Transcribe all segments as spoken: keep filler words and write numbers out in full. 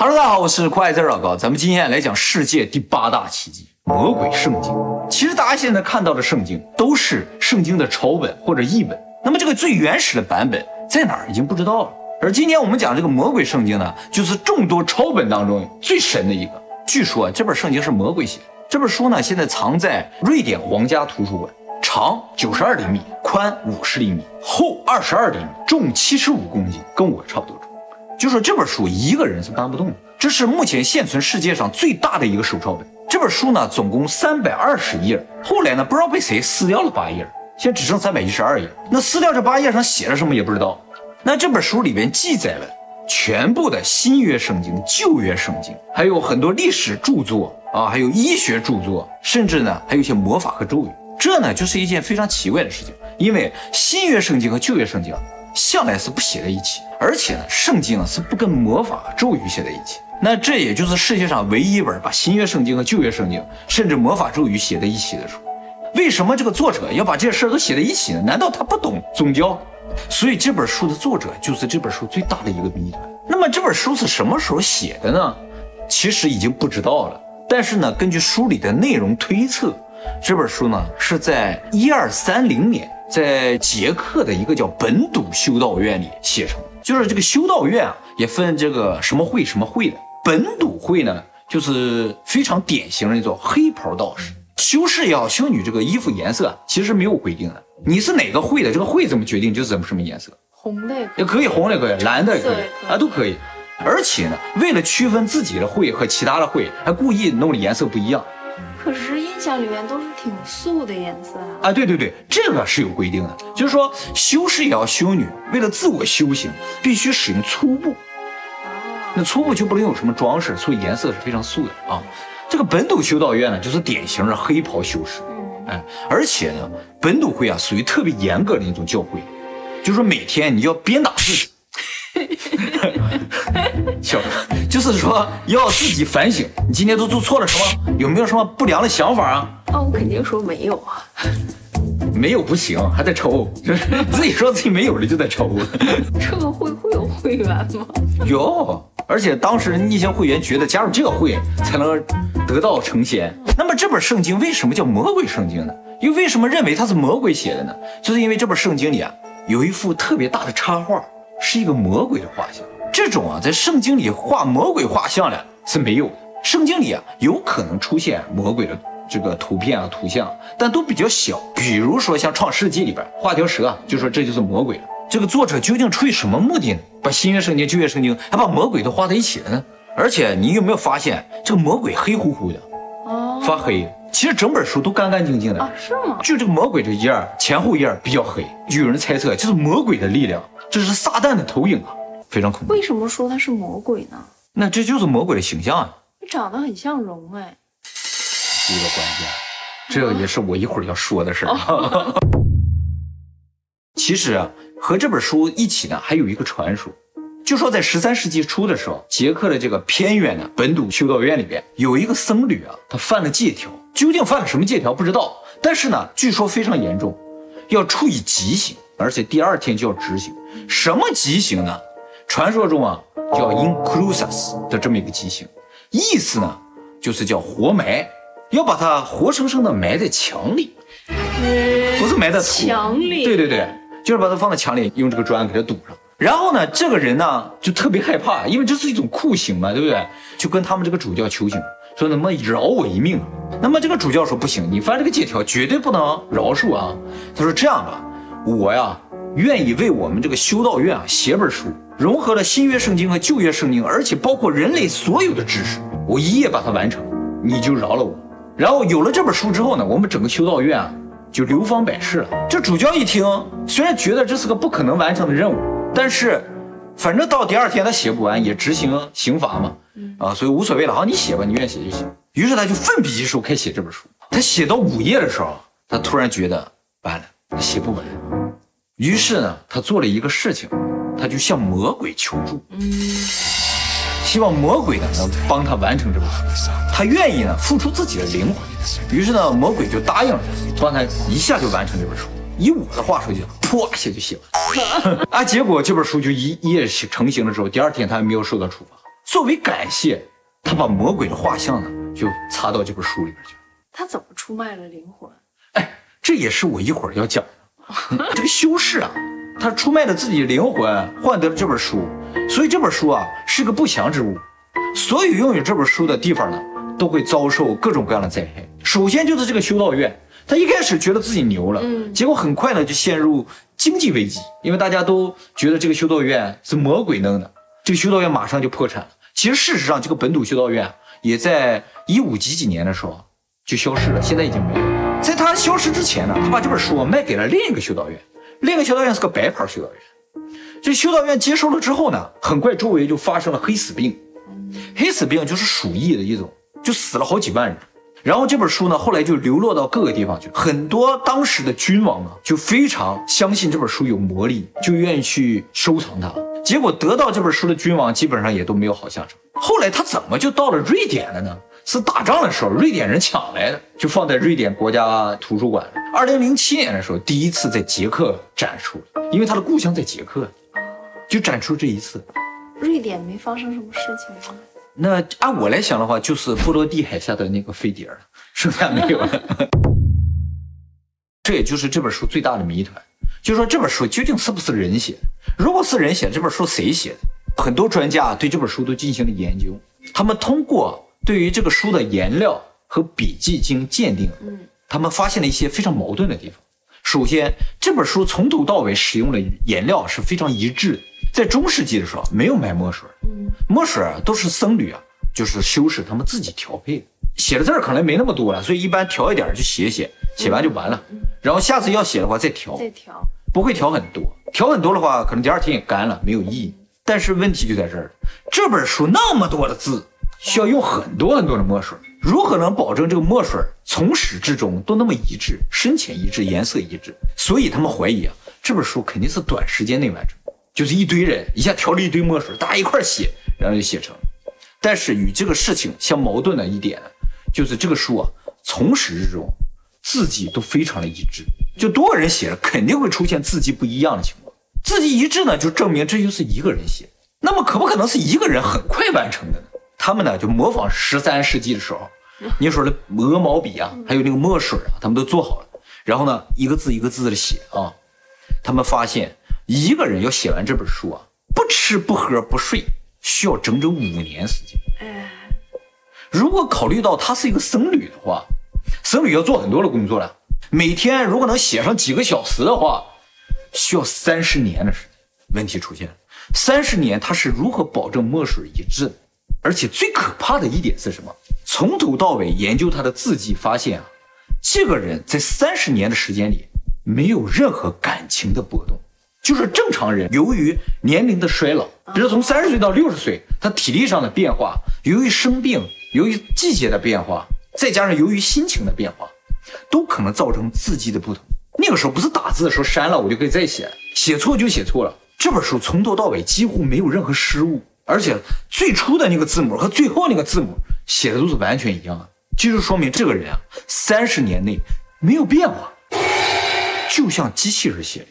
Hello， 大家好，我是酷爱字老高，咱们今天来讲世界第八大奇迹——魔鬼圣经。其实大家现在看到的圣经都是圣经的抄本或者译本，那么这个最原始的版本在哪儿已经不知道了。而今天我们讲这个魔鬼圣经呢，就是众多抄本当中最神的一个。据说这本圣经是魔鬼写的。这本书呢，现在藏在瑞典皇家图书馆，长九十二厘米，宽五十厘米，厚二十二厘米，重七十五公斤，跟我差不多重。就说这本书一个人是搬不动的，这是目前现存世界上最大的一个手抄本。这本书呢，总共三百二十页，后来呢，不知道被谁撕掉了八页，现在只剩三百一十二页。那撕掉这八页上写了什么也不知道。那这本书里边记载了全部的新约圣经、旧约圣经，还有很多历史著作啊，还有医学著作，甚至呢还有一些魔法和咒语。这呢就是一件非常奇怪的事情，因为新约圣经和旧约圣经向来是不写在一起，而且呢，圣经啊是不跟魔法咒语写在一起。那这也就是世界上唯一一本把新约圣经和旧约圣经，甚至魔法咒语写在一起的书。为什么这个作者要把这些事都写在一起呢？难道他不懂宗教？所以这本书的作者就是这本书最大的一个谜团。那么这本书是什么时候写的呢？其实已经不知道了。但是呢，根据书里的内容推测，这本书呢是在一二三零年。在捷克的一个叫本笃修道院里写成，就是这个修道院啊，也分这个什么会什么会的。本笃会呢，就是非常典型的那种黑袍道士。修士也好，修女这个衣服颜色啊，其实没有规定的，你是哪个会的，这个会怎么决定就是怎么什么颜色。 红的也可以，红的也可以，蓝的也可以啊，都可以。而且呢，为了区分自己的会和其他的会，还故意弄的颜色不一样。 可是印象里面都是挺素的颜色啊！ 啊，对对对，这个是有规定的，就是说修士也好，修女为了自我修行，必须使用粗布，那粗布就不能有什么装饰，所以颜色是非常素的啊。这个本笃修道院呢，就是典型的黑袍修士，哎，而且呢，本笃会啊属于特别严格的一种教会，就是说每天你要鞭打自己。笑，就是说要自己反省，你今天都做错了什么？有没有什么不良的想法啊？ 哦，我肯定说没有啊。 没有不行，还在抽，就是自己说自己没有了就在抽。 这个会会有会员吗？ 有，而且当时那些会员觉得加入这个会才能得道成仙。那么这本圣经为什么叫魔鬼圣经呢？又为什么认为它是魔鬼写的呢？就是因为这本圣经里啊有一幅特别大的插画。是一个魔鬼的画像，这种啊，在圣经里画魔鬼画像的是没有的。圣经里啊，有可能出现魔鬼的这个图片啊、图像，但都比较小。比如说像《创世纪》里边画条蛇啊，就说这就是魔鬼了。这个作者究竟出于什么目的呢？把新约圣经、旧约圣经还把魔鬼都画在一起了呢？而且你有没有发现，这个魔鬼黑乎乎的，哦，发黑。其实整本书都干干净净的啊，是吗？ 就这个魔鬼这页前后页比较黑，有人猜测就是魔鬼的力量。这是撒旦的投影啊，非常恐怖。 为什么说他是魔鬼呢？ 那这就是魔鬼的形象啊。 你长得很像龙哎， 这个关键，这个也是我一会儿要说的事儿。哦、其实啊，和这本书一起呢，还有一个传说，就说在十三世纪初的时候，捷克的这个偏远的本笃修道院里边有一个僧侣啊，他犯了戒条，究竟犯了什么戒条不知道，但是呢，据说非常严重，要处以极刑。而且第二天就要执行，什么极刑呢？传说中啊叫 inclusas 的这么一个极刑，意思呢就是叫活埋，要把它活生生的埋在墙里，不是埋在土墙里， 对对对，就是把它放在墙里，用这个砖给它堵上。然后呢，这个人呢就特别害怕，因为这是一种酷刑嘛，对不对？就跟他们这个主教求情，说能不能饶我一命？那么这个主教说不行，你犯这个戒条绝对不能饶恕啊。他说这样吧。我呀，愿意为我们这个修道院啊写本书，融合了新约圣经和旧约圣经，而且包括人类所有的知识，我一夜把它完成，你就饶了我。然后有了这本书之后呢，我们整个修道院啊就流芳百世了。这主教一听，虽然觉得这是个不可能完成的任务，但是反正到第二天他写不完，也执行刑罚嘛，啊，所以无所谓了，好，你写吧，你愿意写就写。于是他就奋笔疾书开写这本书。他写到五页的时候，他突然觉得完了。写不完，于是呢，他做了一个事情，他就向魔鬼求助，嗯，希望魔鬼呢能帮他完成这本书，他愿意呢付出自己的灵魂，于是呢，魔鬼就答应了，帮他一下就完成这本书。以我的话说就噗一下就写完啊，结果这本书就一一夜成型了之后，第二天他还没有受到处罚， 作为感谢，他把魔鬼的画像呢就插到这本书里边去。 他怎么出卖了灵魂？ 哎，这也是我一会儿要讲的。这个修士啊，他出卖了自己的灵魂，换得了这本书，所以这本书啊是个不祥之物。所有拥有这本书的地方呢，都会遭受各种各样的灾害。首先就是这个修道院，他一开始觉得自己牛了，嗯，结果很快呢就陷入经济危机，因为大家都觉得这个修道院是魔鬼弄的，这个修道院马上就破产了。其实事实上，这个本土修道院也在一五几几年的时候就消失了，现在已经没有了。在他消失之前呢，他把这本书卖给了另一个修道院，另一个修道院是个白牌修道院。这修道院接收了之后呢，很快周围就发生了黑死病。黑死病就是鼠疫的一种，就死了好几万人。然后这本书呢，后来就流落到各个地方去，很多当时的君王啊，就非常相信这本书有魔力，就愿意去收藏它。结果得到这本书的君王基本上也都没有好下场。后来他怎么就到了瑞典了呢？是打仗的时候瑞典人抢来的，就放在瑞典国家图书馆了。二零零七年的时候，第一次在捷克展出，因为他的故乡在捷克，就展出这一次。 瑞典没发生什么事情吗？ 那按我来想的话，就是波罗的海下的那个飞碟了，剩下没有了。这也就是这本书最大的谜团，就是说这本书究竟是不是人写的？如果是人写的，这本书谁写的？很多专家对这本书都进行了研究，他们通过对于这个书的颜料和笔记进行鉴定，他们发现了一些非常矛盾的地方。首先，这本书从头到尾使用的颜料是非常一致的。在中世纪的时候，没有卖墨水，墨水啊都是僧侣啊，就是修士他们自己调配的。写的字可能没那么多了，所以一般调一点就写写，写完就完了。然后下次要写的话再调， 再调， 不会调很多。调很多的话，可能第二天也干了，没有意义。但是问题就在这儿，这本书那么多的字，需要用很多很多的墨水，如何能保证这个墨水从始至终都那么一致，深浅一致，颜色一致？所以他们怀疑啊，这本书肯定是短时间内完成。就是一堆人一下调了一堆墨水，大家一块写，然后就写成了。但是与这个事情相矛盾的一点呢，就是这个书啊，从始至终字迹都非常的一致，就多个人写了，肯定会出现字迹不一样的情况。字迹一致呢，就证明这就是一个人写。那么可不可能是一个人很快完成的呢？他们呢就模仿十三世纪的时候，你说的鹅毛笔啊，还有那个墨水啊，他们都做好了，然后呢一个字一个字的写啊，他们发现。一个人要写完这本书啊，不吃不喝不睡，需要整整五年时间。如果考虑到他是一个僧侣的话，僧侣要做很多的工作了，每天如果能写上几个小时的话，需要三十年的时间。问题出现了，三十年他是如何保证墨水一致的？而且最可怕的一点是什么？从头到尾研究他的字迹，发现啊，这个人在三十年的时间里没有任何感情的波动。就是正常人由于年龄的衰老，比如从三十岁到六十岁，他体力上的变化，由于生病，由于季节的变化，再加上由于心情的变化，都可能造成字迹的不同。那个时候不是打字的时候删了我就可以再写，写错就写错了。这本书从头到尾几乎没有任何失误，而且最初的那个字母和最后那个字母写的都是完全一样的，这就说明这个人啊，三十年内没有变化，就像机器人写的。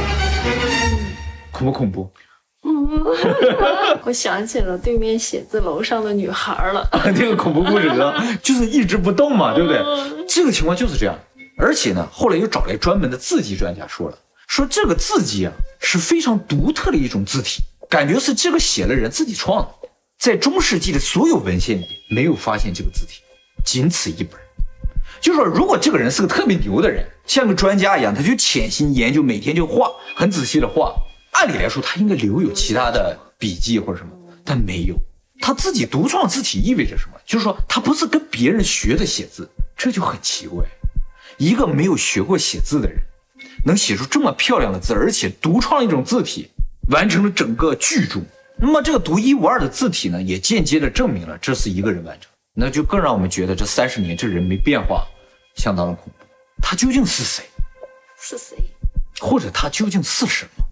恐不恐怖？ 嗯，我想起了对面写字楼上的女孩了。 这个恐怖故事就是一直不动嘛，对不对？这个情况就是这样。而且呢，后来又找来专门的字迹专家说了，说这个字迹啊是非常独特的一种字体，感觉是这个写的人自己创的。在中世纪的所有文献里没有发现这个字体，仅此一本。就是说，如果这个人是个特别牛的人，像个专家一样，他就潜心研究，每天就画，很仔细的画。按理来说，他应该留有其他的笔记或者什么，但没有。他自己独创字体意味着什么？就是说，他不是跟别人学的写字，这就很奇怪。一个没有学过写字的人，能写出这么漂亮的字，而且独创一种字体，完成了整个巨著。那么这个独一无二的字体呢，也间接的证明了这是一个人完成。那就更让我们觉得这三十年这人没变化，相当的恐怖。他究竟是谁？ 是谁？ 或者他究竟是什么？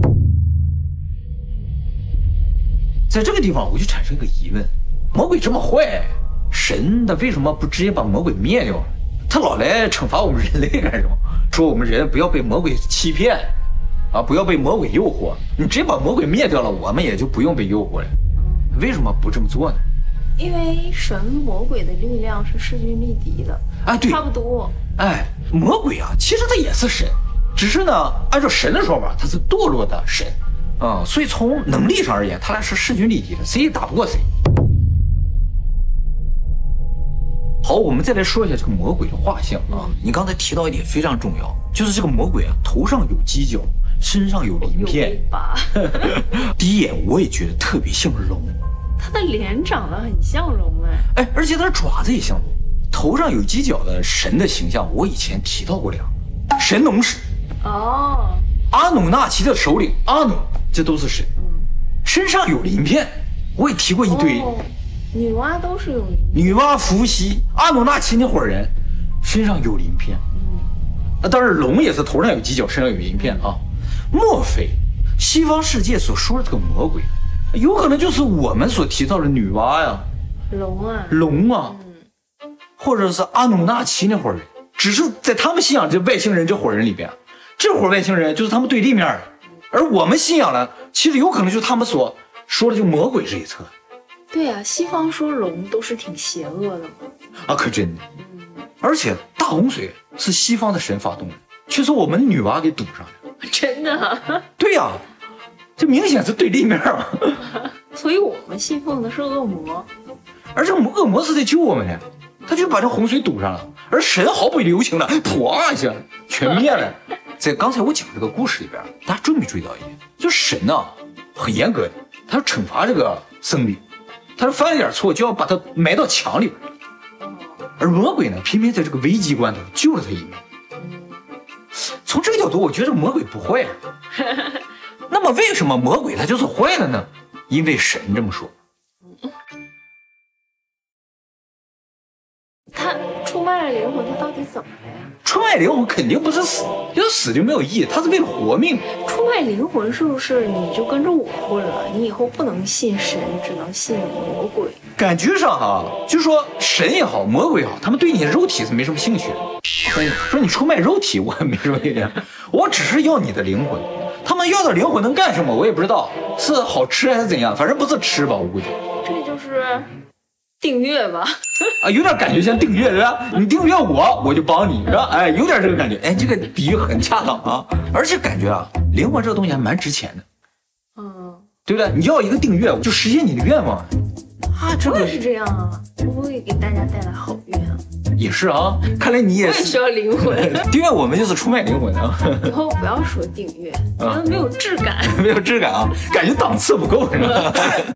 在这个地方我就产生一个疑问，魔鬼这么坏，神他为什么不直接把魔鬼灭掉呢？他老来惩罚我们人类干什么？说我们人不要被魔鬼欺骗啊，不要被魔鬼诱惑，你直接把魔鬼灭掉了，我们也就不用被诱惑了。 为什么不这么做呢？ 因为神魔鬼的力量是势均力敌的。 哎，对， 差不多。 哎，魔鬼啊，其实他也是神，只是呢，按照神的说法，他是堕落的神啊、嗯，所以从能力上而言，他俩是势均力敌的，谁也打不过谁。好，我们再来说一下这个魔鬼的画像啊。你刚才提到一点非常重要，就是这个魔鬼啊，头上有犄角，身上有鳞片。第一眼我也觉得特别像龙， 他的脸长得很像龙哎， 哎，而且他的爪子也像龙。头上有犄角的神的形象，我以前提到过两个，神农氏。 哦， 阿努纳奇的首领阿努，这都是神。嗯，身上有鳞片，我也提过一堆。 哦，女娲都是有鳞片。 女娲、伏羲、阿努纳奇那伙人身上有鳞片。嗯，那当然龙也是头上有犄角，身上有鳞片啊。莫非西方世界所说的这个魔鬼，有可能就是我们所提到的女娲呀？ 龙啊， 龙啊。嗯，或者是阿努纳奇那伙人，只是在他们信仰这外星人这伙人里边，这伙外星人就是他们对立面的，而我们信仰呢，其实有可能就是他们所说的就魔鬼这一侧。 对啊，西方说龙都是挺邪恶的嘛。 啊，可真的。嗯，而且大洪水是西方的神发动的，却是我们女娲给堵上的。 真的、啊？ 对呀、啊，这明显是对立面啊。 所以我们信奉的是恶魔， 而这恶魔是在救我们的。他就把这洪水堵上了，而神毫不留情的，噗一下全灭了。在刚才我讲这个故事里边，大家注没注意到一点？就是神呢、啊、很严格的，他要惩罚这个僧侣，他是犯了点错就要把他埋到墙里边。而魔鬼呢，偏偏在这个危急关头救了他一命。从这个角度，我觉得魔鬼不坏啊。那么为什么魔鬼他就是坏了呢？因为神这么说。 他出卖了灵魂，他到底怎么了呀？ 出卖灵魂肯定不是死，要是死就没有意义，他是为了活命。 出卖灵魂是不是你就跟着我混了？你以后不能信神，只能信魔鬼。 感觉上哈、啊，就是说神也好，魔鬼也好，他们对你的肉体是没什么兴趣的。说你说你出卖肉体，我没什么意见，我只是要你的灵魂。他们要的灵魂能干什么？我也不知道，是好吃还是怎样，反正不是吃吧，我估计。 这就是订阅吧。 啊，有点感觉像订阅是吧？你订阅我，我就帮你是吧？哎，有点这个感觉。哎，这个比喻很恰当啊，而且感觉啊，灵魂这个东西还蛮值钱的。嗯，对不对？你要一个订阅，就实现你的愿望啊。这个是这样啊，会不会给大家带来好运啊？ 也是啊，看来你也是需要灵魂。 订阅我们就是出卖灵魂啊。 以后不要说订阅，觉得没有质感， 没有质感啊，感觉档次不够是吧？